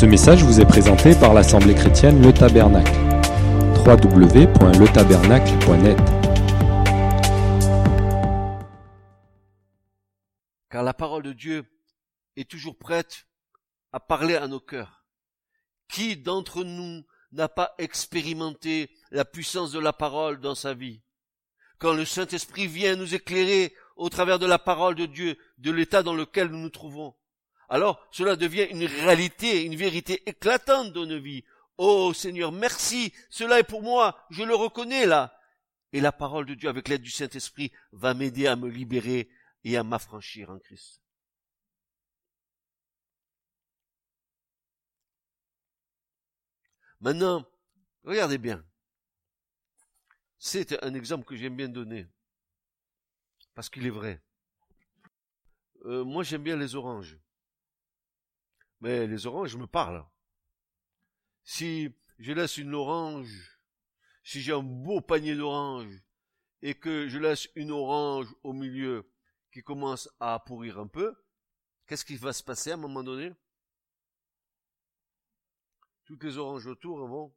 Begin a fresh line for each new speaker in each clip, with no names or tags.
Ce message vous est présenté par l'Assemblée chrétienne Le Tabernacle. www.letabernacle.net.
Car la parole de Dieu est toujours prête à parler à nos cœurs. Qui d'entre nous n'a pas expérimenté la puissance de la parole dans sa vie? Quand le Saint-Esprit vient nous éclairer au travers de la parole de Dieu, de l'état dans lequel nous nous trouvons, alors cela devient une réalité, une vérité éclatante dans nos vies. Oh Seigneur, merci, cela est pour moi, je le reconnais là. Et la parole de Dieu, avec l'aide du Saint-Esprit, va m'aider à me libérer et à m'affranchir en Christ. Maintenant, regardez bien. C'est un exemple que j'aime bien donner, parce qu'il est vrai. Moi, j'aime bien les oranges. Mais les oranges me parlent. Si je laisse une orange, si j'ai un beau panier d'oranges, et que je laisse une orange au milieu qui commence à pourrir un peu, qu'est-ce qui va se passer à un moment donné? Toutes les oranges autour vont...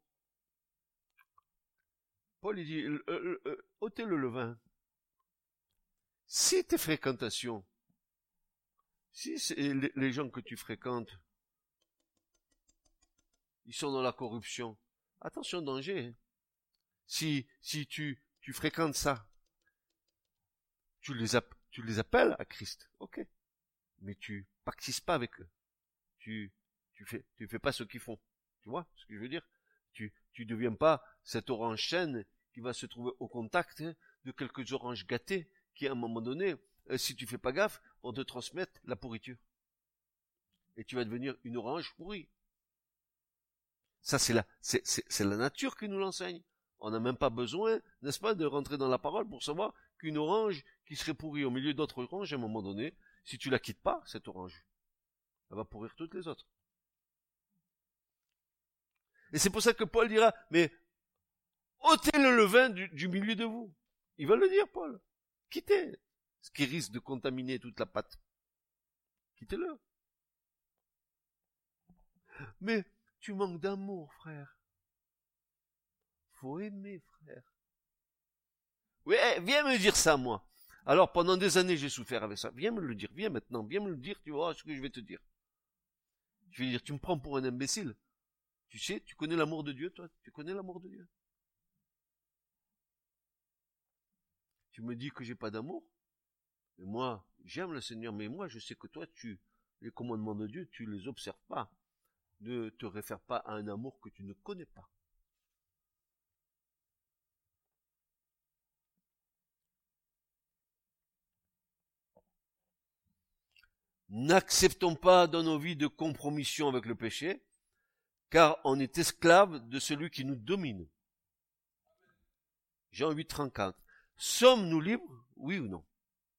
Paul il dit, ôtez le levain. Si tes fréquentations, si les gens que tu fréquentes, ils sont dans la corruption, attention, danger. Si tu fréquentes ça, tu les appelles à Christ, ok, mais tu pactises pas avec eux. Tu fais pas ce qu'ils font. Tu vois ce que je veux dire? Tu deviens pas cette orange chêne qui va se trouver au contact de quelques oranges gâtées qui, à un moment donné, si tu fais pas gaffe, vont te transmettre la pourriture. Et tu vas devenir une orange pourrie. Ça, c'est la nature qui nous l'enseigne. On n'a même pas besoin, n'est-ce pas, de rentrer dans la parole pour savoir qu'une orange qui serait pourrie au milieu d'autres oranges, à un moment donné, si tu la quittes pas, cette orange, elle va pourrir toutes les autres. Et c'est pour ça que Paul dira, mais ôtez le levain du milieu de vous. Il va le dire, Paul. Quittez ce qui risque de contaminer toute la pâte. Quittez-le. Mais tu manques d'amour, frère. Faut aimer, frère. Oui, viens me dire ça, moi. Alors, pendant des années, j'ai souffert avec ça. Viens me le dire, viens maintenant, viens me le dire, tu vois ce que je vais te dire. Je vais dire, tu me prends pour un imbécile. Tu sais, tu connais l'amour de Dieu, toi? Tu connais l'amour de Dieu? Tu me dis que j'ai pas d'amour? Mais moi, j'aime le Seigneur, mais moi, je sais que toi, les commandements de Dieu, tu les observes pas. Ne te réfère pas à un amour que tu ne connais pas. N'acceptons pas dans nos vies de compromission avec le péché, car on est esclave de celui qui nous domine. Jean 8, 34. Sommes-nous libres, oui ou non?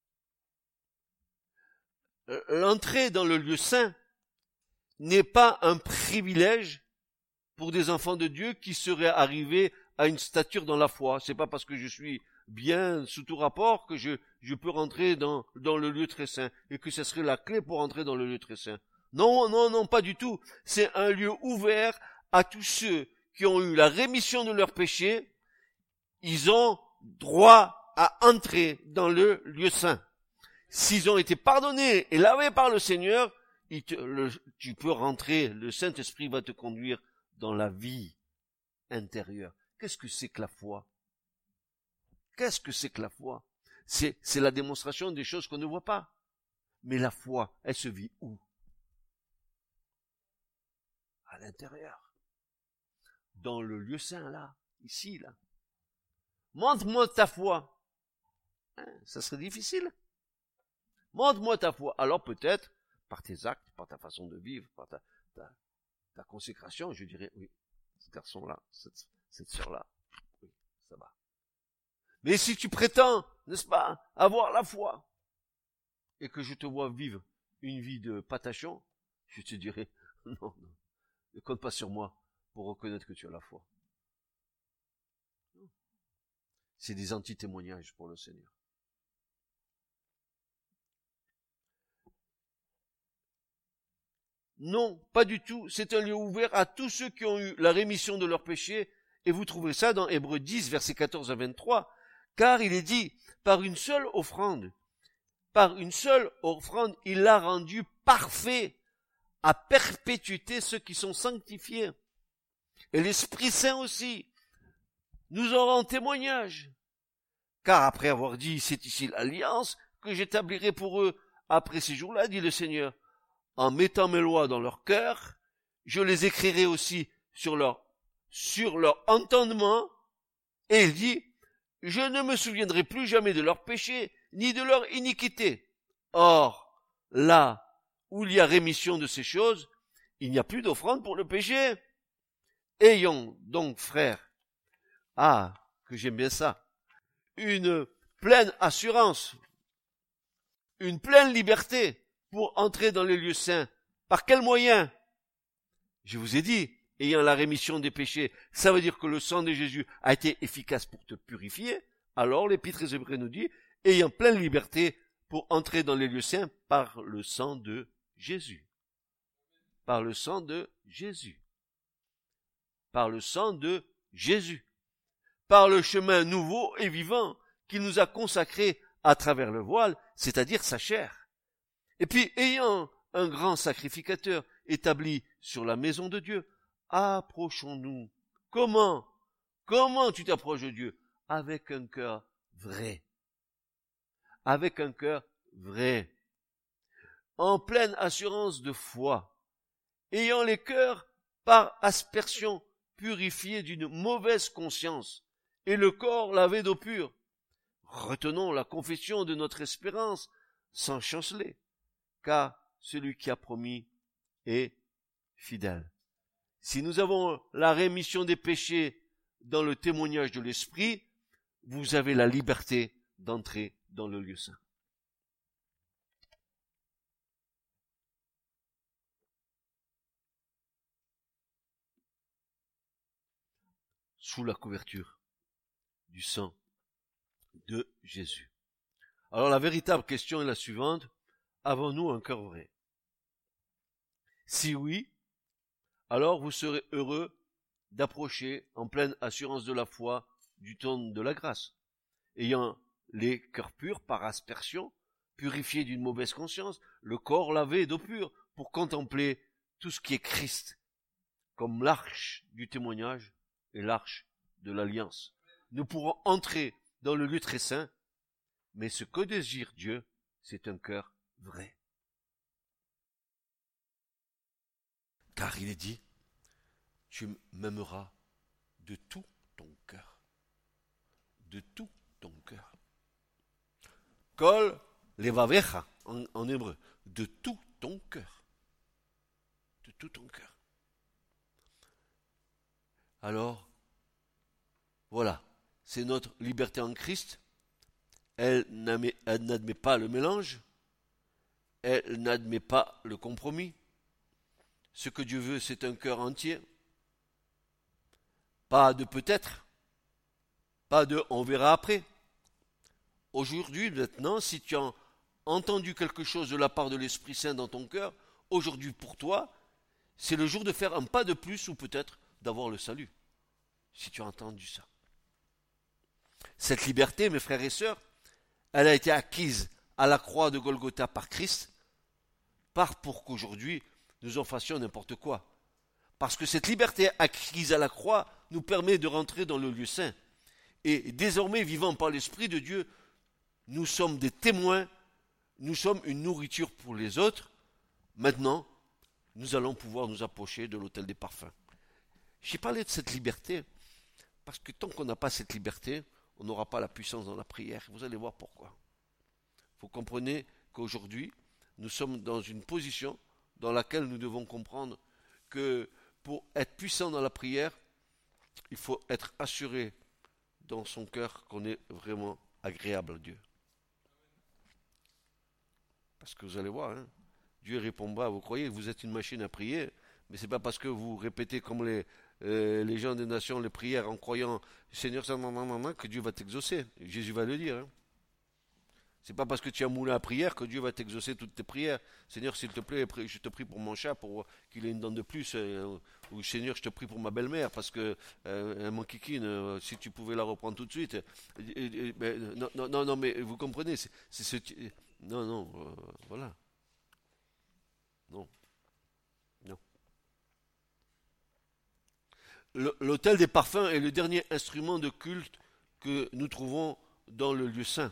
L'entrée dans le lieu saint n'est pas un privilège pour des enfants de Dieu qui seraient arrivés à une stature dans la foi. C'est pas parce que je suis bien sous tout rapport que je peux rentrer dans le lieu très saint et que ce serait la clé pour entrer dans le lieu très saint. Non, non, non, pas du tout. C'est un lieu ouvert à tous ceux qui ont eu la rémission de leurs péchés. Ils ont droit à entrer dans le lieu saint. S'ils ont été pardonnés et lavés par le Seigneur, tu peux rentrer, le Saint-Esprit va te conduire dans la vie intérieure. Qu'est-ce que c'est que la foi? Qu'est-ce que c'est que la foi? C'est la démonstration des choses qu'on ne voit pas. Mais la foi, elle se vit où? À l'intérieur. Dans le lieu saint, là. Ici, là. Montre-moi ta foi. Ça serait difficile. Montre-moi ta foi. Alors peut-être, par tes actes, par ta façon de vivre, par ta consécration, je dirais, oui, ce garçon-là, cette sœur-là, oui, ça va. Mais si tu prétends, n'est-ce pas, avoir la foi, et que je te vois vivre une vie de patachon, je te dirais, non, ne compte pas sur moi pour reconnaître que tu as la foi. C'est des anti-témoignages pour le Seigneur. Non, pas du tout. C'est un lieu ouvert à tous ceux qui ont eu la rémission de leurs péchés. Et vous trouvez ça dans Hébreux 10, versets 14 à 23. Car il est dit, par une seule offrande, il l'a rendu parfait à perpétuité ceux qui sont sanctifiés. Et l'Esprit Saint aussi nous en rend témoignage. Car après avoir dit, c'est ici l'alliance que j'établirai pour eux après ces jours-là, dit le Seigneur, en mettant mes lois dans leur cœur, je les écrirai aussi sur leur entendement, et il dit, je ne me souviendrai plus jamais de leurs péchés, ni de leur iniquité. Or, là où il y a rémission de ces choses, il n'y a plus d'offrande pour le péché. Ayons donc, frères, que j'aime bien ça, une pleine assurance, une pleine liberté pour entrer dans les lieux saints. Par quel moyen? Je vous ai dit, ayant la rémission des péchés, ça veut dire que le sang de Jésus a été efficace pour te purifier. Alors l'Épître aux Hébreux nous dit, ayant pleine liberté pour entrer dans les lieux saints par le sang de Jésus. Par le sang de Jésus. Par le sang de Jésus. Par le chemin nouveau et vivant qu'il nous a consacré à travers le voile, c'est-à-dire sa chair. Et puis, ayant un grand sacrificateur établi sur la maison de Dieu, approchons-nous. Comment tu t'approches de Dieu? Avec un cœur vrai. Avec un cœur vrai. En pleine assurance de foi. Ayant les cœurs par aspersion purifiés d'une mauvaise conscience et le corps lavé d'eau pure. Retenons la confession de notre espérance sans chanceler, car celui qui a promis est fidèle. Si nous avons la rémission des péchés dans le témoignage de l'Esprit, vous avez la liberté d'entrer dans le lieu saint. Sous la couverture du sang de Jésus. Alors la véritable question est la suivante. Avons-nous un cœur vrai? Si oui, alors vous serez heureux d'approcher en pleine assurance de la foi du trône de la grâce, ayant les cœurs purs par aspersion, purifiés d'une mauvaise conscience, le corps lavé d'eau pure, pour contempler tout ce qui est Christ, comme l'arche du témoignage et l'arche de l'alliance. Nous pourrons entrer dans le lieu très saint, mais ce que désire Dieu, c'est un cœur vrai. Car il est dit, tu m'aimeras de tout ton cœur. De tout ton cœur. Kol levavecha en hébreu. De tout ton cœur. De tout ton cœur. Alors, voilà, c'est notre liberté en Christ. Elle n'admet pas le mélange. Elle n'admet pas le compromis. Ce que Dieu veut, c'est un cœur entier. Pas de peut-être. Pas de on verra après. Aujourd'hui, maintenant, si tu as entendu quelque chose de la part de l'Esprit Saint dans ton cœur, aujourd'hui pour toi, c'est le jour de faire un pas de plus ou peut-être d'avoir le salut. Si tu as entendu ça. Cette liberté, mes frères et sœurs, elle a été acquise à la croix de Golgotha par Christ, pour qu'aujourd'hui, nous en fassions n'importe quoi. Parce que cette liberté acquise à la croix nous permet de rentrer dans le lieu saint. Et désormais, vivant par l'Esprit de Dieu, nous sommes des témoins, nous sommes une nourriture pour les autres. Maintenant, nous allons pouvoir nous approcher de l'autel des parfums. J'ai parlé de cette liberté, parce que tant qu'on n'a pas cette liberté, on n'aura pas la puissance dans la prière. Vous allez voir pourquoi. Vous comprenez qu'aujourd'hui, nous sommes dans une position dans laquelle nous devons comprendre que pour être puissant dans la prière, il faut être assuré dans son cœur qu'on est vraiment agréable à Dieu. Parce que vous allez voir, Dieu répondra, vous croyez que vous êtes une machine à prier, mais c'est pas parce que vous répétez comme les gens des nations les prières en croyant Seigneur que Dieu va t'exaucer. Jésus va le dire. C'est pas parce que tu as moulé à prière que Dieu va t'exaucer toutes tes prières. Seigneur, s'il te plaît, je te prie pour mon chat pour qu'il ait une dent de plus. Ou Seigneur, je te prie pour ma belle-mère parce que mon kikine, si tu pouvais la reprendre tout de suite. Non, non, non, non, mais vous comprenez, c'est ce... Non, non, voilà. Non, non. L'autel des parfums est le dernier instrument de culte que nous trouvons dans le lieu saint.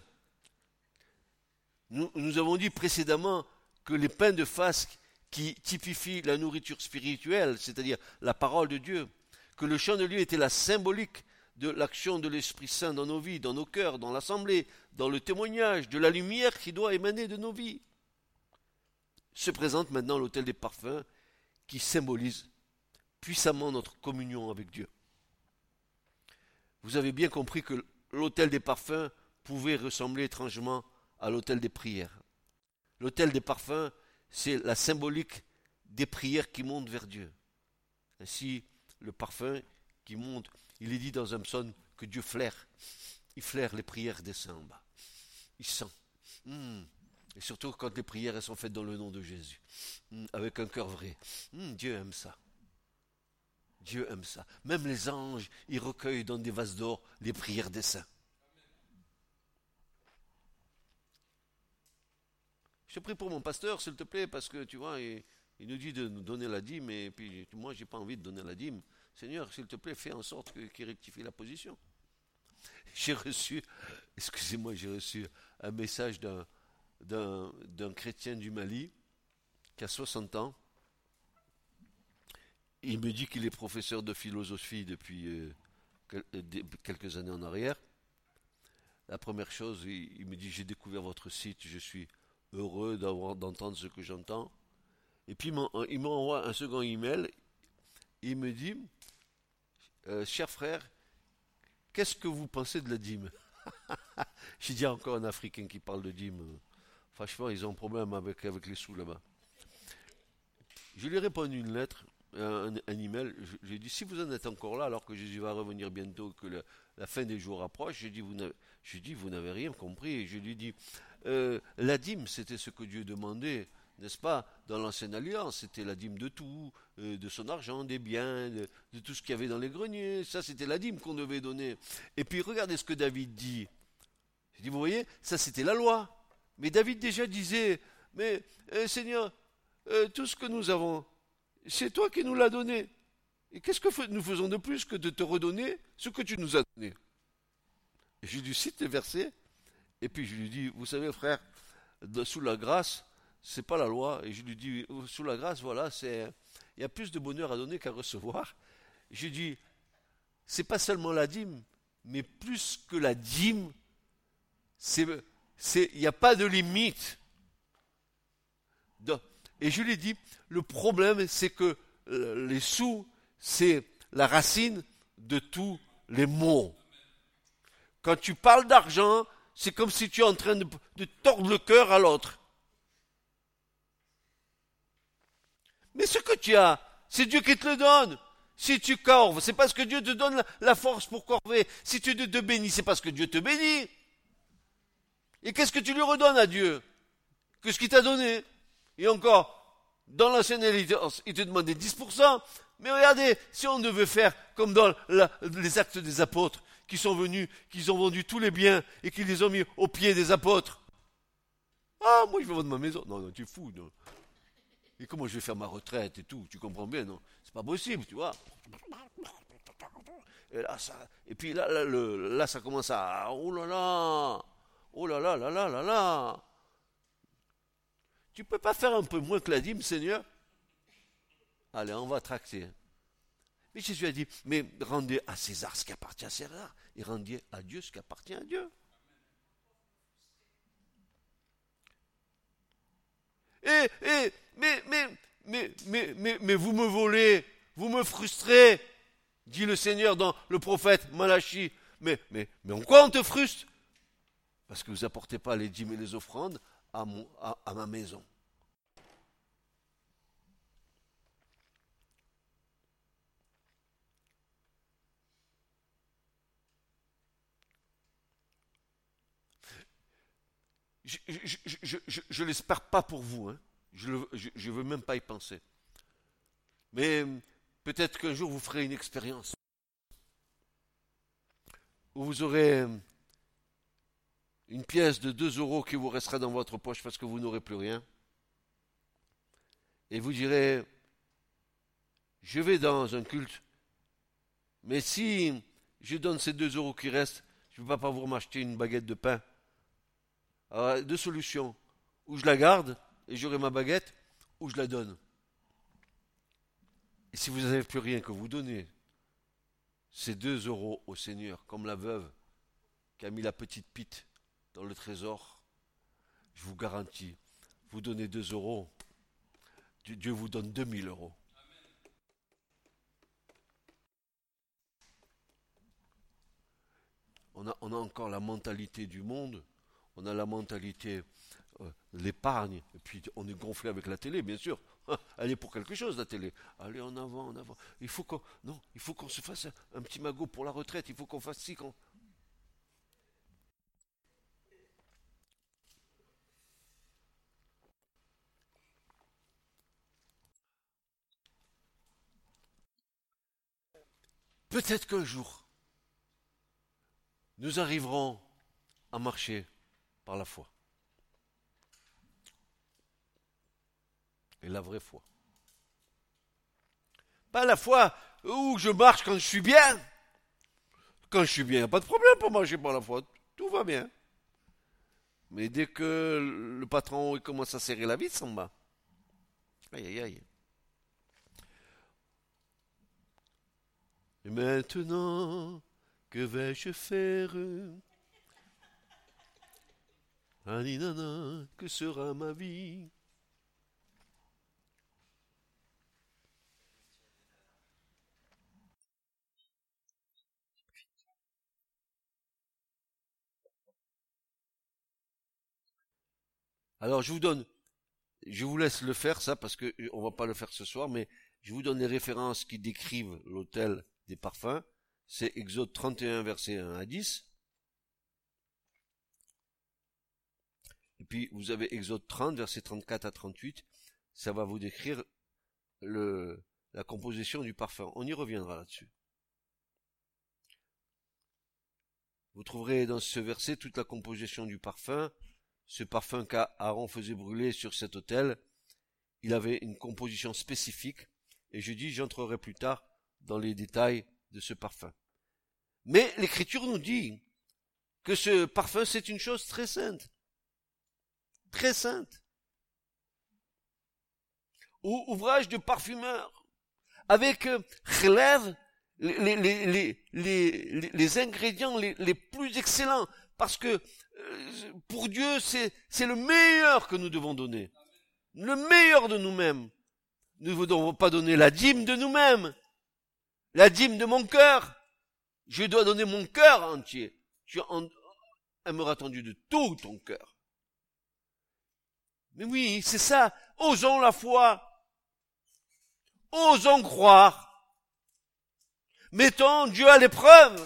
Nous avons dit précédemment que les pains de Fasque qui typifient la nourriture spirituelle, c'est-à-dire la parole de Dieu, que le chandelier était la symbolique de l'action de l'Esprit Saint dans nos vies, dans nos cœurs, dans l'assemblée, dans le témoignage, de la lumière qui doit émaner de nos vies. Se présente maintenant l'autel des parfums qui symbolise puissamment notre communion avec Dieu. Vous avez bien compris que l'autel des parfums pouvait ressembler étrangement à l'autel des prières. L'autel des parfums, c'est la symbolique des prières qui montent vers Dieu. Ainsi, le parfum qui monte, il est dit dans un psaume que Dieu flaire. Il flaire les prières des saints en bas. Il sent. Et surtout quand les prières elles sont faites dans le nom de Jésus. Avec un cœur vrai. Dieu aime ça. Dieu aime ça. Même les anges, ils recueillent dans des vases d'or les prières des saints. Je te prie pour mon pasteur, s'il te plaît, parce que tu vois, il nous dit de nous donner la dîme, et puis moi, j'ai pas envie de donner la dîme. Seigneur, s'il te plaît, fais en sorte qu'il rectifie la position. J'ai reçu un message d'un chrétien du Mali qui a 60 ans. Il me dit qu'il est professeur de philosophie depuis quelques années en arrière. La première chose, il me dit, j'ai découvert votre site, je suis heureux d'entendre ce que j'entends. Et puis il m'envoie un second email. Il me dit, cher frère, qu'est-ce que vous pensez de la dîme? J'ai dit encore un Africain qui parle de dîme. Franchement, ils ont un problème avec les sous là-bas. Je lui ai répondu une lettre, un email. Je lui ai dit, si vous en êtes encore là, alors que Jésus va revenir bientôt, que la fin des jours approche, je dis, vous n'avez rien compris. Et je lui ai dit, la dîme, c'était ce que Dieu demandait, n'est-ce pas, dans l'ancienne alliance. C'était la dîme de tout, de son argent, des biens, de tout ce qu'il y avait dans les greniers. Ça, c'était la dîme qu'on devait donner. Et puis, regardez ce que David dit. Je dis, vous voyez, ça, c'était la loi. Mais David déjà disait, mais Seigneur, tout ce que nous avons, c'est toi qui nous l'as donné. Et qu'est-ce que nous faisons de plus que de te redonner ce que tu nous as donné? Et je lui cite les versets. Et puis je lui dis, vous savez frère, sous la grâce, c'est pas la loi. Et je lui dis, sous la grâce, voilà, il y a plus de bonheur à donner qu'à recevoir. Et je lui dis, c'est pas seulement la dîme, mais plus que la dîme, il n'y a pas de limite. Et je lui dis, le problème, c'est que les sous, c'est la racine de tous les maux. Quand tu parles d'argent, c'est comme si tu es en train de tordre le cœur à l'autre. Mais ce que tu as, c'est Dieu qui te le donne. Si tu corves, c'est parce que Dieu te donne la force pour corver. Si tu te bénis, c'est parce que Dieu te bénit. Et qu'est-ce que tu lui redonnes à Dieu? Que ce qu'il t'a donné. Et encore, dans l'ancienne alliance, il te demandait 10%. Mais regardez, si on devait faire comme dans les actes des apôtres, qui sont venus, qui ont vendu tous les biens et qui les ont mis aux pieds des apôtres. Ah, moi je vais vendre ma maison. Non, tu es fou, non. Et comment je vais faire ma retraite et tout, tu comprends bien, non? C'est pas possible, tu vois. Et puis là, ça commence à... Oh là là. Oh là là là là là là. Tu peux pas faire un peu moins que la dîme, Seigneur? Allez, on va tracter. Mais Jésus a dit, mais rendez à César ce qui appartient à César, et rendez à Dieu ce qui appartient à Dieu. Mais vous me volez, vous me frustrez, dit le Seigneur dans le prophète Malachie. Mais en quoi on te frustre? Parce que vous n'apportez pas les dîmes et les offrandes à ma maison. Je l'espère pas pour vous, hein. Je veux même pas y penser. Mais peut-être qu'un jour vous ferez une expérience où vous aurez une pièce de 2 euros qui vous restera dans votre poche parce que vous n'aurez plus rien. Et vous direz, je vais dans un culte, mais si je donne ces 2 euros qui restent, je ne peux pas vous m'acheter une baguette de pain. Alors, deux solutions. Ou je la garde et j'aurai ma baguette, ou je la donne. Et si vous n'avez plus rien que vous donnez, ces 2 euros au Seigneur, comme la veuve qui a mis la petite pite dans le trésor, je vous garantis, vous donnez 2 euros, Dieu vous donne 2000 euros. On a encore la mentalité du monde, on a la mentalité de l'épargne, et puis on est gonflé avec la télé, bien sûr. Elle est pour quelque chose, la télé. Allez, en avant, en avant. Il faut qu'on se fasse un petit magot pour la retraite, il faut qu'on fasse ci, qu'on... Peut-être qu'un jour, nous arriverons à marcher par la foi. Et la vraie foi. Pas la foi où je marche quand je suis bien. Quand je suis bien, il n'y a pas de problème pour marcher par la foi. Tout va bien. Mais dès que le patron il commence à serrer la vis, en bas. Aïe, aïe, aïe. Et maintenant, que vais-je faire? Aninana, que sera ma vie? Alors je vous laisse le faire ça parce que on va pas le faire ce soir, mais je vous donne les références qui décrivent l'autel des parfums. C'est Exode 31 verset 1 à 10. Et puis vous avez Exode 30 verset 34 à 38. Ça va vous décrire la composition du parfum. On y reviendra là-dessus. Vous trouverez dans ce verset toute la composition du parfum. Ce parfum qu'Aaron faisait brûler sur cet autel, il avait une composition spécifique, et je dis, j'entrerai plus tard dans les détails de ce parfum. Mais l'Écriture nous dit que ce parfum, c'est une chose très sainte. Très sainte. Ouvrage de parfumeur, avec relève les ingrédients les plus excellents, parce que pour Dieu, c'est le meilleur que nous devons donner. Le meilleur de nous-mêmes. Nous ne devons pas donner la dîme de nous-mêmes. La dîme de mon cœur. Je dois donner mon cœur entier. Tu aimeras tendu de tout ton cœur. Mais oui, c'est ça. Osons la foi. Osons croire. Mettons Dieu à l'épreuve.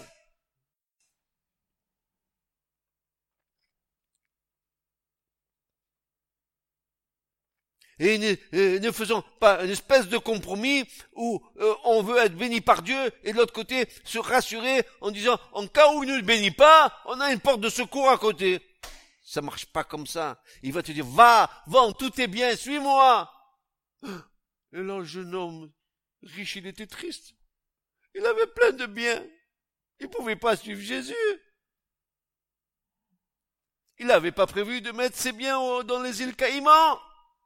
Et ne faisons pas une espèce de compromis où on veut être béni par Dieu et de l'autre côté se rassurer en disant en cas où il ne bénit pas, on a une porte de secours à côté. Ça marche pas comme ça. Il va te dire va, vends tout tes biens, suis-moi. Et là le jeune homme riche, il était triste. Il avait plein de biens. Il pouvait pas suivre Jésus. Il n'avait pas prévu de mettre ses biens dans les îles Caïmans.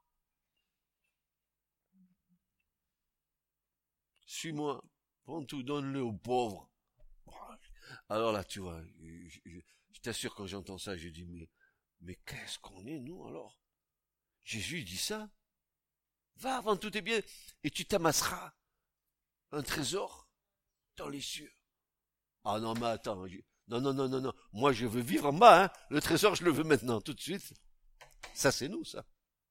Suis-moi, prends tout, donne-le aux pauvres. Alors là, tu vois, je t'assure, quand j'entends ça, je dis, mais qu'est-ce qu'on est, nous, alors? Jésus dit ça. Va, vends tous tes biens, et tu t'amasseras un trésor dans les cieux. Ah non, mais attends, non. Moi, je veux vivre en bas, hein. Le trésor, je le veux maintenant, tout de suite. Ça, c'est nous, ça.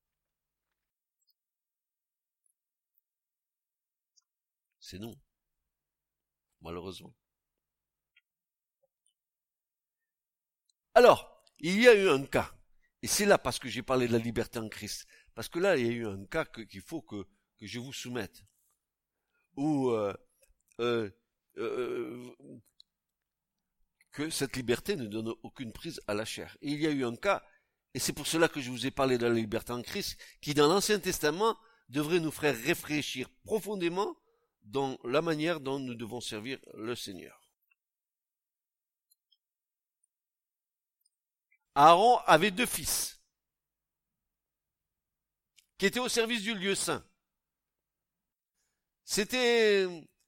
C'est nous. Malheureusement. Alors, il y a eu un cas. Et c'est là parce que j'ai parlé de la liberté en Christ. Parce que là, il y a eu un cas qu'il faut que je vous soumette. Où que cette liberté ne donne aucune prise à la chair. Et il y a eu un cas, et c'est pour cela que je vous ai parlé de la liberté en Christ, qui dans l'Ancien Testament devrait nous faire réfléchir profondément dans la manière dont nous devons servir le Seigneur. Aaron avait 2 fils qui étaient au service du lieu saint. C'était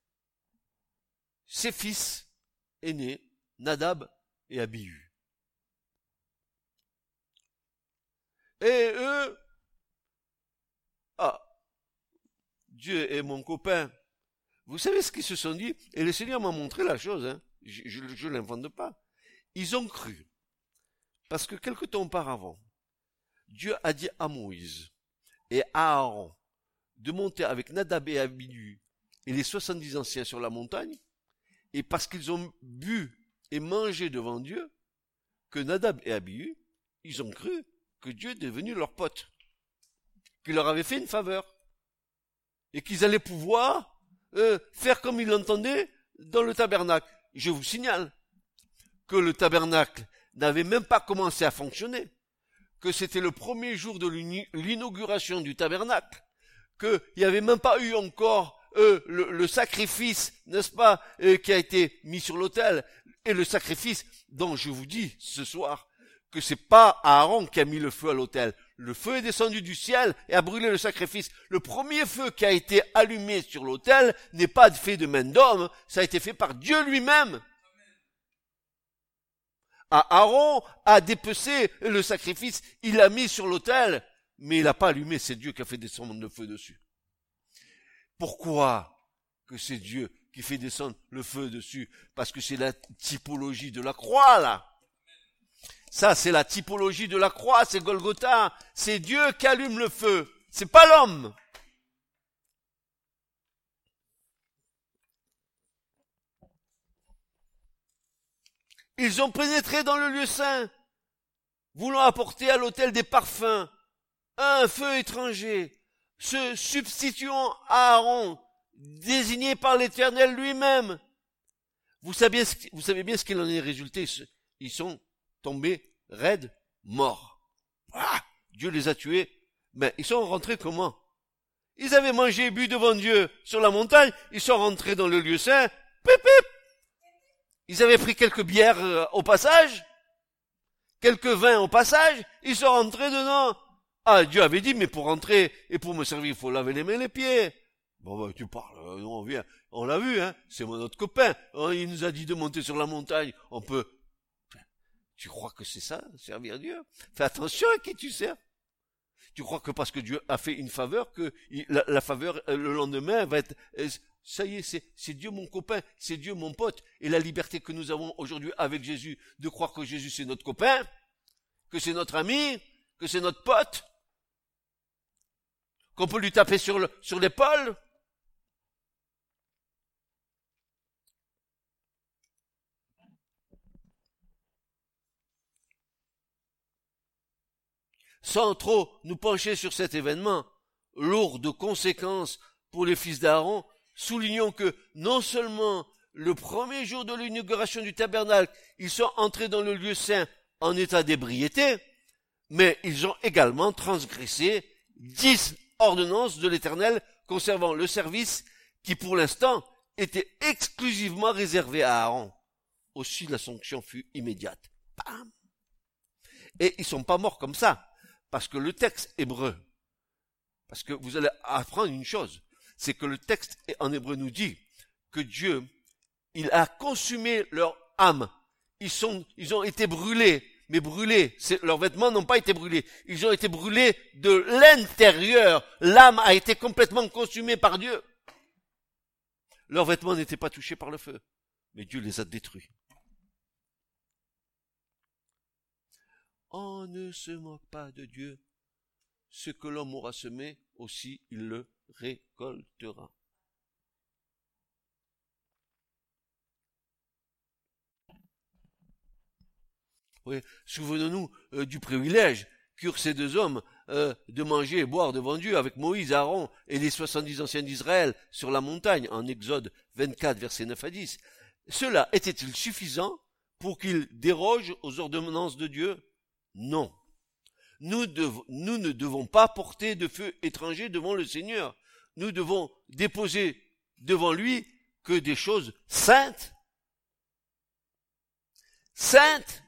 ses fils aînés, Nadab et Abihu. Et eux, Dieu est mon copain. Vous savez ce qu'ils se sont dit? Et le Seigneur m'a montré la chose, hein. Je ne l'invente pas. Ils ont cru. Parce que quelque temps auparavant, Dieu a dit à Moïse et à Aaron de monter avec Nadab et Abihu et les 70 anciens sur la montagne, et parce qu'ils ont bu et mangé devant Dieu, que Nadab et Abihu, ils ont cru que Dieu est devenu leur pote, qu'il leur avait fait une faveur, et qu'ils allaient pouvoir faire comme ils l'entendaient dans le tabernacle. Je vous signale que le tabernacle n'avait même pas commencé à fonctionner, que c'était le premier jour de l'inauguration du tabernacle, qu'il n'y avait même pas eu encore le sacrifice, n'est-ce pas, qui a été mis sur l'autel, et le sacrifice dont je vous dis ce soir que c'est pas Aaron qui a mis le feu à l'autel. Le feu est descendu du ciel et a brûlé le sacrifice. Le premier feu qui a été allumé sur l'autel n'est pas fait de main d'homme, ça a été fait par Dieu lui-même. Aaron a dépecé le sacrifice, il l'a mis sur l'autel, mais il n'a pas allumé, c'est Dieu qui a fait descendre le feu dessus. Pourquoi que c'est Dieu qui fait descendre le feu dessus? Parce que c'est la typologie de la croix, là. Ça, c'est la typologie de la croix, c'est Golgotha. C'est Dieu qui allume le feu. C'est pas l'homme. Ils ont pénétré dans le lieu saint, voulant apporter à l'autel des parfums, un feu étranger, se substituant à Aaron, désigné par l'Éternel lui-même. Vous savez bien ce qu'il en est résulté. Ils sont tombés raides, morts. Dieu les a tués. Mais ils sont rentrés comment? Ils avaient mangé et bu devant Dieu sur la montagne. Ils sont rentrés dans le lieu saint. Pip, pip. Ils avaient pris quelques bières au passage, quelques vins au passage. Ils sont rentrés dedans. Dieu avait dit, mais pour rentrer et pour me servir, il faut laver les mains et les pieds. Bon, tu parles, on vient. On l'a vu, hein. C'est notre copain. Il nous a dit de monter sur la montagne. On peut. Tu crois que c'est ça, servir Dieu? Fais attention à qui tu sers. Tu crois que parce que Dieu a fait une faveur, que la faveur, le lendemain, va être... Ça y est, c'est Dieu mon copain, c'est Dieu mon pote. Et la liberté que nous avons aujourd'hui avec Jésus, de croire que Jésus c'est notre copain, que c'est notre ami, que c'est notre pote, qu'on peut lui taper sur l'épaule. Sans trop nous pencher sur cet événement, lourd de conséquences pour les fils d'Aaron, soulignons que non seulement le premier jour de l'inauguration du tabernacle, ils sont entrés dans le lieu saint en état d'ébriété, mais ils ont également transgressé 10 ordonnances de l'Éternel concernant le service qui pour l'instant était exclusivement réservé à Aaron. Aussi la sanction fut immédiate. Bam! Et ils sont pas morts comme ça. Parce que le texte hébreu, parce que vous allez apprendre une chose, c'est que le texte en hébreu nous dit que Dieu, il a consumé leur âme. Ils ont été brûlés, mais brûlés. Leurs vêtements n'ont pas été brûlés. Ils ont été brûlés de l'intérieur. L'âme a été complètement consumée par Dieu. Leurs vêtements n'étaient pas touchés par le feu, mais Dieu les a détruits. On ne se moque pas de Dieu. Ce que l'homme aura semé, aussi il le récoltera. Oui, souvenons-nous du privilège qu'eurent ces deux hommes de manger et boire devant Dieu avec Moïse, Aaron et les 70 anciens d'Israël sur la montagne, en Exode 24, versets 9 à 10, cela était-il suffisant pour qu'ils dérogent aux ordonnances de Dieu? Non. Nous ne devons pas porter de feu étranger devant le Seigneur. Nous devons déposer devant lui que des choses saintes. Saintes.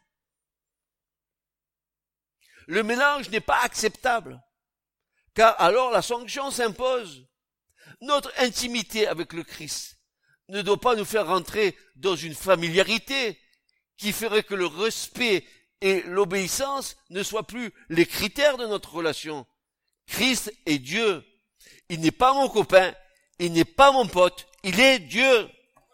Le mélange n'est pas acceptable, car alors la sanction s'impose. Notre intimité avec le Christ ne doit pas nous faire rentrer dans une familiarité qui ferait que le respect et l'obéissance ne soient plus les critères de notre relation. Christ est Dieu. Il n'est pas mon copain, il n'est pas mon pote, il est Dieu.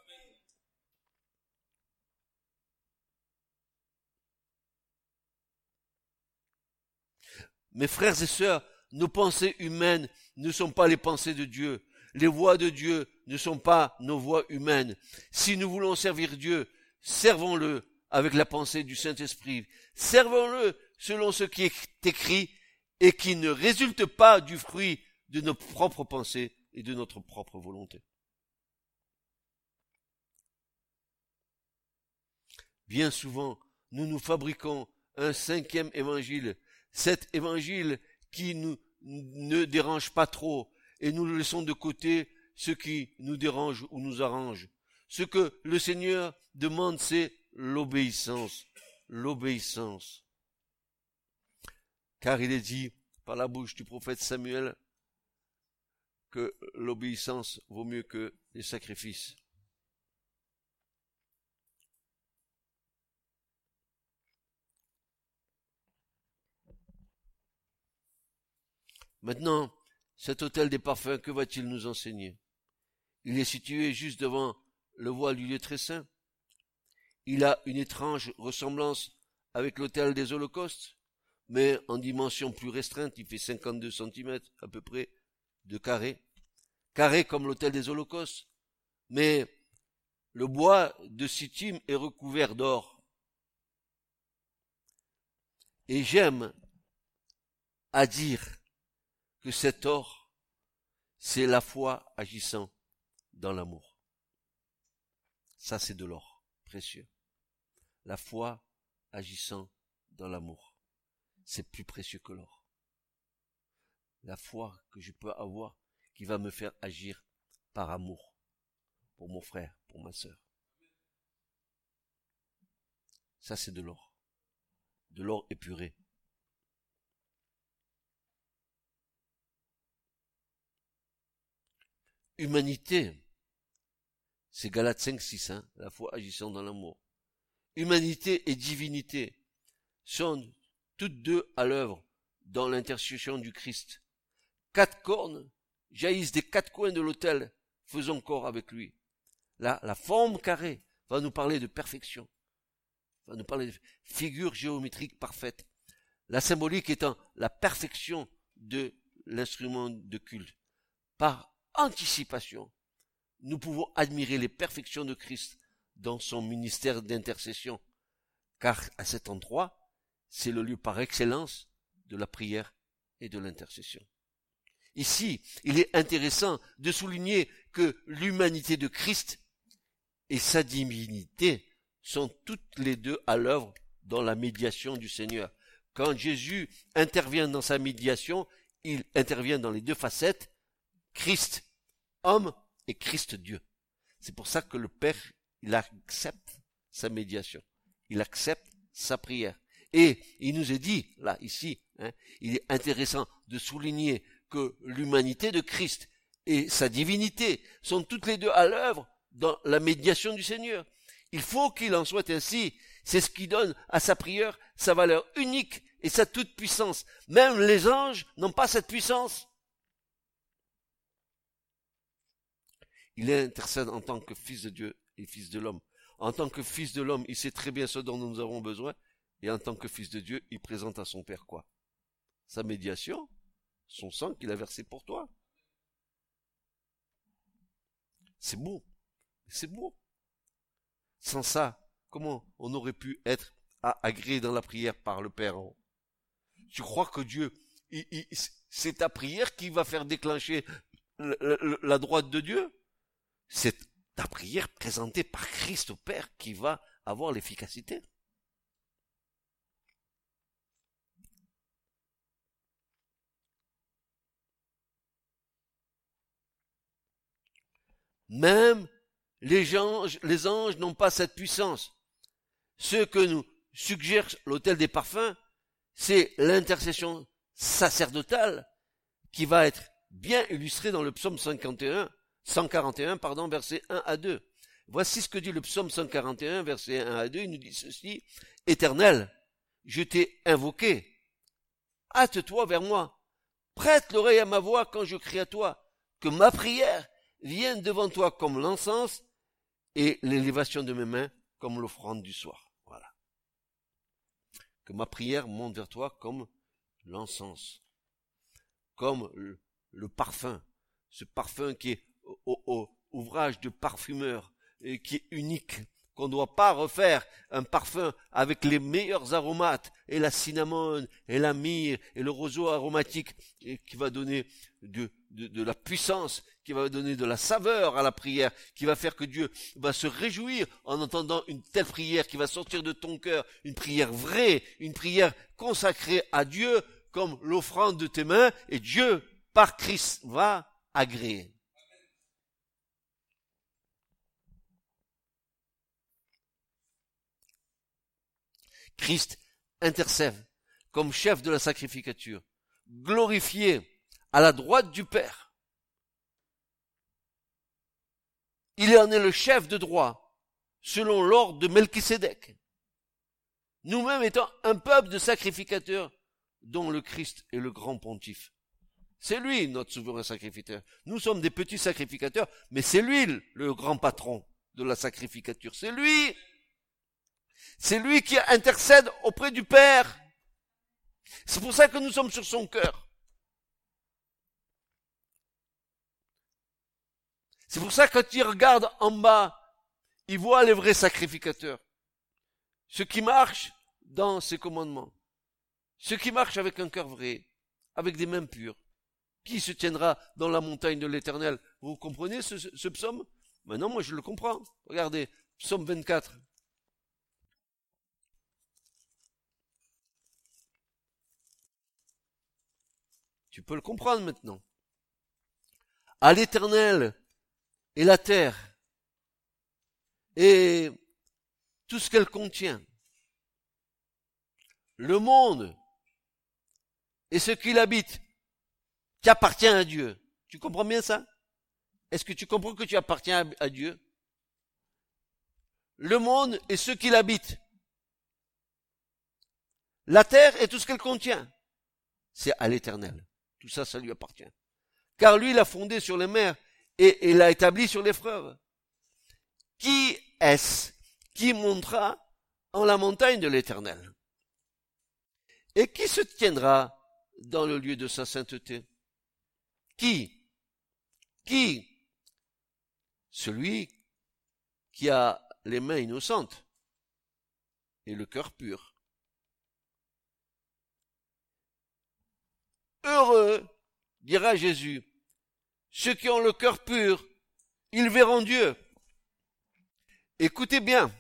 Mes frères et sœurs, nos pensées humaines ne sont pas les pensées de Dieu. Les voies de Dieu ne sont pas nos voies humaines. Si nous voulons servir Dieu, servons-le avec la pensée du Saint-Esprit. Servons-le selon ce qui est écrit et qui ne résulte pas du fruit de nos propres pensées et de notre propre volonté. Bien souvent, nous nous fabriquons un cinquième évangile, cet évangile qui ne dérange pas trop, et nous laissons de côté ce qui nous dérange ou nous arrange. Ce que le Seigneur demande, c'est l'obéissance. L'obéissance. Car il est dit par la bouche du prophète Samuel que l'obéissance vaut mieux que les sacrifices. Maintenant, cet autel des parfums, que va-t-il nous enseigner? Il est situé juste devant le voile du lieu très saint. Il a une étrange ressemblance avec l'autel des holocaustes, mais en dimension plus restreinte, il fait 52 cm à peu près de carré. Carré comme l'autel des holocaustes, mais le bois de Sittim est recouvert d'or. Et j'aime à dire que cet or, c'est la foi agissant dans l'amour. Ça, c'est de l'or précieux. La foi agissant dans l'amour. C'est plus précieux que l'or. La foi que je peux avoir qui va me faire agir par amour pour mon frère, pour ma sœur. Ça, c'est de l'or. De l'or épuré. Humanité, c'est Galates 5, 6, la foi agissant dans l'amour. Humanité et divinité sont toutes deux à l'œuvre dans l'intercession du Christ. 4 cornes jaillissent des 4 coins de l'autel, faisons corps avec lui. Là, la forme carrée va nous parler de perfection, va nous parler de figure géométrique parfaite. La symbolique étant la perfection de l'instrument de culte. Par anticipation, nous pouvons admirer les perfections de Christ dans son ministère d'intercession, car à cet endroit, c'est le lieu par excellence de la prière et de l'intercession. Ici, il est intéressant de souligner que l'humanité de Christ et sa divinité sont toutes les deux à l'œuvre dans la médiation du Seigneur. Quand Jésus intervient dans sa médiation, il intervient dans les deux facettes, Christ homme et Christ Dieu. C'est pour ça que le Père, il accepte sa médiation. Il accepte sa prière. Et il nous est dit, là, ici, il est intéressant de souligner que l'humanité de Christ et sa divinité sont toutes les deux à l'œuvre dans la médiation du Seigneur. Il faut qu'il en soit ainsi. C'est ce qui donne à sa prière sa valeur unique et sa toute puissance. Même les anges n'ont pas cette puissance. Il intercède en tant que fils de Dieu et fils de l'homme. En tant que fils de l'homme, il sait très bien ce dont nous avons besoin. Et en tant que fils de Dieu, il présente à son Père quoi? Sa médiation, son sang qu'il a versé pour toi. C'est beau. C'est beau. Sans ça, comment on aurait pu être agréé dans la prière par le Père? Tu crois que Dieu, c'est ta prière qui va faire déclencher la droite de Dieu? C'est ta prière présentée par Christ au Père qui va avoir l'efficacité. Même les anges n'ont pas cette puissance. Ce que nous suggère l'autel des parfums, c'est l'intercession sacerdotale qui va être bien illustrée dans le psaume 141, versets 1 à 2. Voici ce que dit le psaume 141, versets 1 à 2. Il nous dit ceci: Éternel, je t'ai invoqué. Hâte-toi vers moi. Prête l'oreille à ma voix quand je crie à toi. Que ma prière vienne devant toi comme l'encens et l'élévation de mes mains comme l'offrande du soir. Voilà. Que ma prière monte vers toi comme l'encens, comme le parfum, ce parfum qui est au ouvrage de parfumeur et qui est unique, qu'on ne doit pas refaire un parfum avec les meilleurs aromates, et la cinnamone, et la myrrhe, et le roseau aromatique, et qui va donner de la puissance, qui va donner de la saveur à la prière, qui va faire que Dieu va se réjouir en entendant une telle prière qui va sortir de ton cœur, une prière vraie, une prière consacrée à Dieu, comme l'offrande de tes mains, et Dieu, par Christ, va agréer. Christ intercède comme chef de la sacrificature, glorifié à la droite du Père. Il en est le chef de droit, selon l'ordre de Melchisédek. Nous-mêmes étant un peuple de sacrificateurs, dont le Christ est le grand pontife. C'est lui notre souverain sacrificateur. Nous sommes des petits sacrificateurs, mais c'est lui le grand patron de la sacrificature. C'est lui qui intercède auprès du Père. C'est pour ça que nous sommes sur son cœur. C'est pour ça que quand il regarde en bas, il voit les vrais sacrificateurs. Ceux qui marchent dans ses commandements. Ceux qui marchent avec un cœur vrai, avec des mains pures. Qui se tiendra dans la montagne de l'Éternel? Vous comprenez ce psaume? Maintenant, moi je le comprends. Regardez, psaume 24. Tu peux le comprendre maintenant. À l'Éternel et la terre et tout ce qu'elle contient, le monde et ce qu'il habite, qui appartient à Dieu. Tu comprends bien ça? Est-ce que tu comprends que tu appartiens à Dieu? Le monde et ce qu'il habite, la terre et tout ce qu'elle contient, c'est à l'Éternel. Tout ça, ça lui appartient. Car lui, il a fondé sur les mers et l'a établi sur les fleuves. Qui est-ce qui montera en la montagne de l'Éternel? Et qui se tiendra dans le lieu de sa sainteté? Qui? Celui qui a les mains innocentes et le cœur pur. Heureux, dira Jésus, ceux qui ont le cœur pur, ils verront Dieu. Écoutez bien.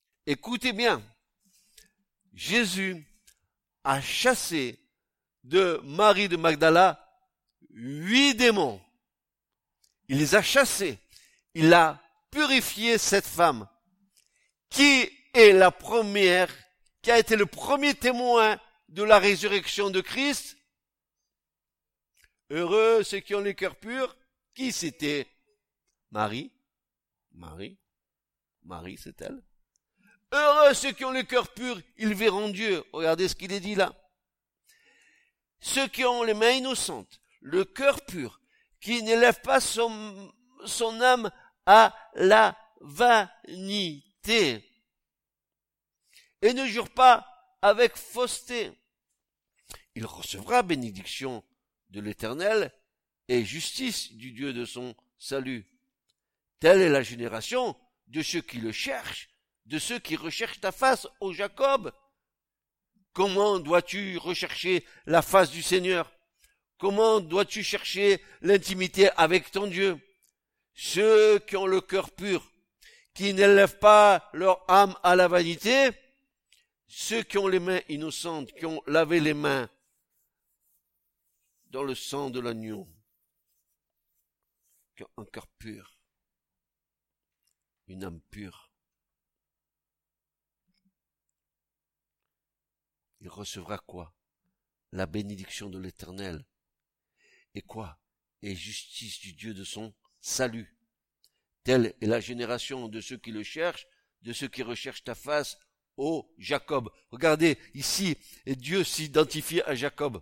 Jésus a chassé de Marie de Magdala 8 démons. Il les a chassés. Il a purifié cette femme qui est la première, qui a été le premier témoin de la résurrection de Christ. Heureux ceux qui ont les cœurs purs. Qui c'était? Marie, c'est elle. Heureux ceux qui ont le cœur pur, ils verront Dieu. Regardez ce qu'il est dit là. Ceux qui ont les mains innocentes, le cœur pur, qui n'élève pas son âme à la vanité et ne jure pas avec fausseté. Il recevra bénédiction de l'Éternel et justice du Dieu de son salut. Telle est la génération de ceux qui le cherchent, de ceux qui recherchent ta face, ô Jacob. Comment dois-tu rechercher la face du Seigneur? Comment dois-tu chercher l'intimité avec ton Dieu? Ceux qui ont le cœur pur, qui n'élèvent pas leur âme à la vanité, ceux qui ont les mains innocentes, qui ont lavé les mains dans le sang de l'agneau, qui ont un cœur pur, une âme pure, il recevra quoi? La bénédiction de l'Éternel. Et quoi? Et justice du Dieu de son salut. Telle est la génération de ceux qui le cherchent, de ceux qui recherchent ta face, ô Jacob. Regardez, ici, Dieu s'identifie à Jacob.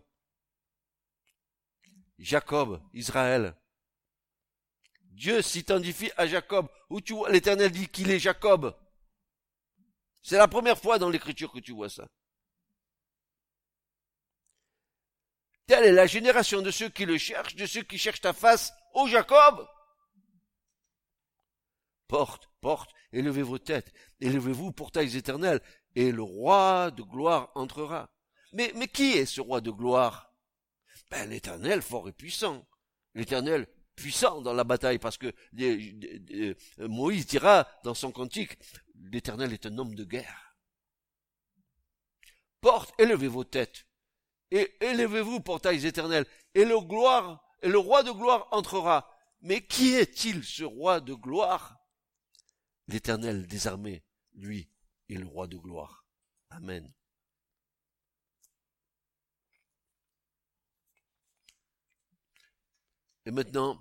Jacob, Israël. Dieu s'identifie à Jacob. Où tu vois, l'Éternel dit qu'il est Jacob. C'est la première fois dans l'Écriture que tu vois ça. Telle est la génération de ceux qui le cherchent, de ceux qui cherchent ta face, ô Jacob. Porte, élevez vos têtes, élevez-vous portails éternels, et le roi de gloire entrera. Mais qui est ce roi de gloire? L'Éternel fort et puissant. L'Éternel puissant dans la bataille, parce que Moïse dira dans son cantique, l'Éternel est un homme de guerre. Élevez vos têtes, et élevez-vous portails éternels, et le roi de gloire entrera. Mais qui est-il ce roi de gloire? L'Éternel des armées, lui, est le roi de gloire. Amen. Et maintenant,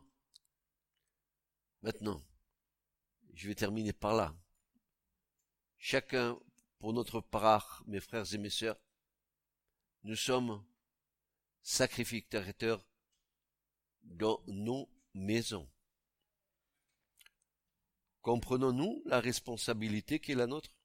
je vais terminer par là. Chacun, pour notre part, mes frères et mes sœurs, nous sommes sacrificateurs dans nos maisons. Comprenons-nous la responsabilité qui est la nôtre?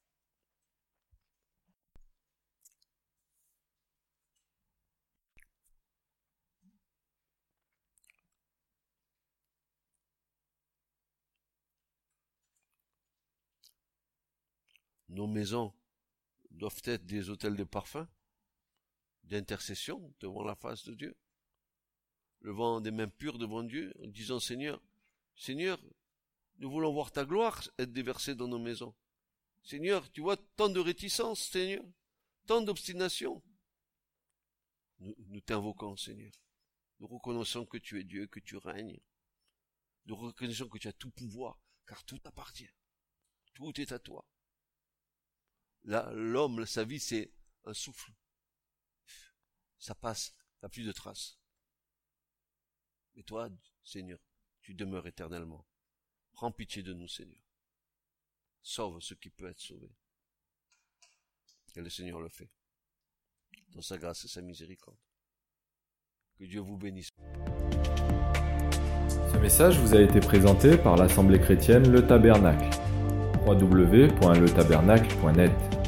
Nos maisons doivent être des autels de parfum, d'intercession devant la face de Dieu, levant des mains pures devant Dieu, en disant Seigneur, nous voulons voir ta gloire être déversée dans nos maisons. Seigneur, tu vois tant de réticence, Seigneur, tant d'obstination. Nous t'invoquons, Seigneur. Nous reconnaissons que tu es Dieu, que tu règnes. Nous reconnaissons que tu as tout pouvoir, car tout t'appartient. Tout est à toi. Là, l'homme, sa vie, c'est un souffle. Ça passe, t'as plus de traces. Mais toi, Seigneur, tu demeures éternellement. Prends pitié de nous, Seigneur. Sauve ce qui peut être sauvé. Et le Seigneur le fait. Dans sa grâce et sa miséricorde. Que Dieu vous bénisse.
Ce message vous a été présenté par l'Assemblée chrétienne Le Tabernacle. www.letabernacle.net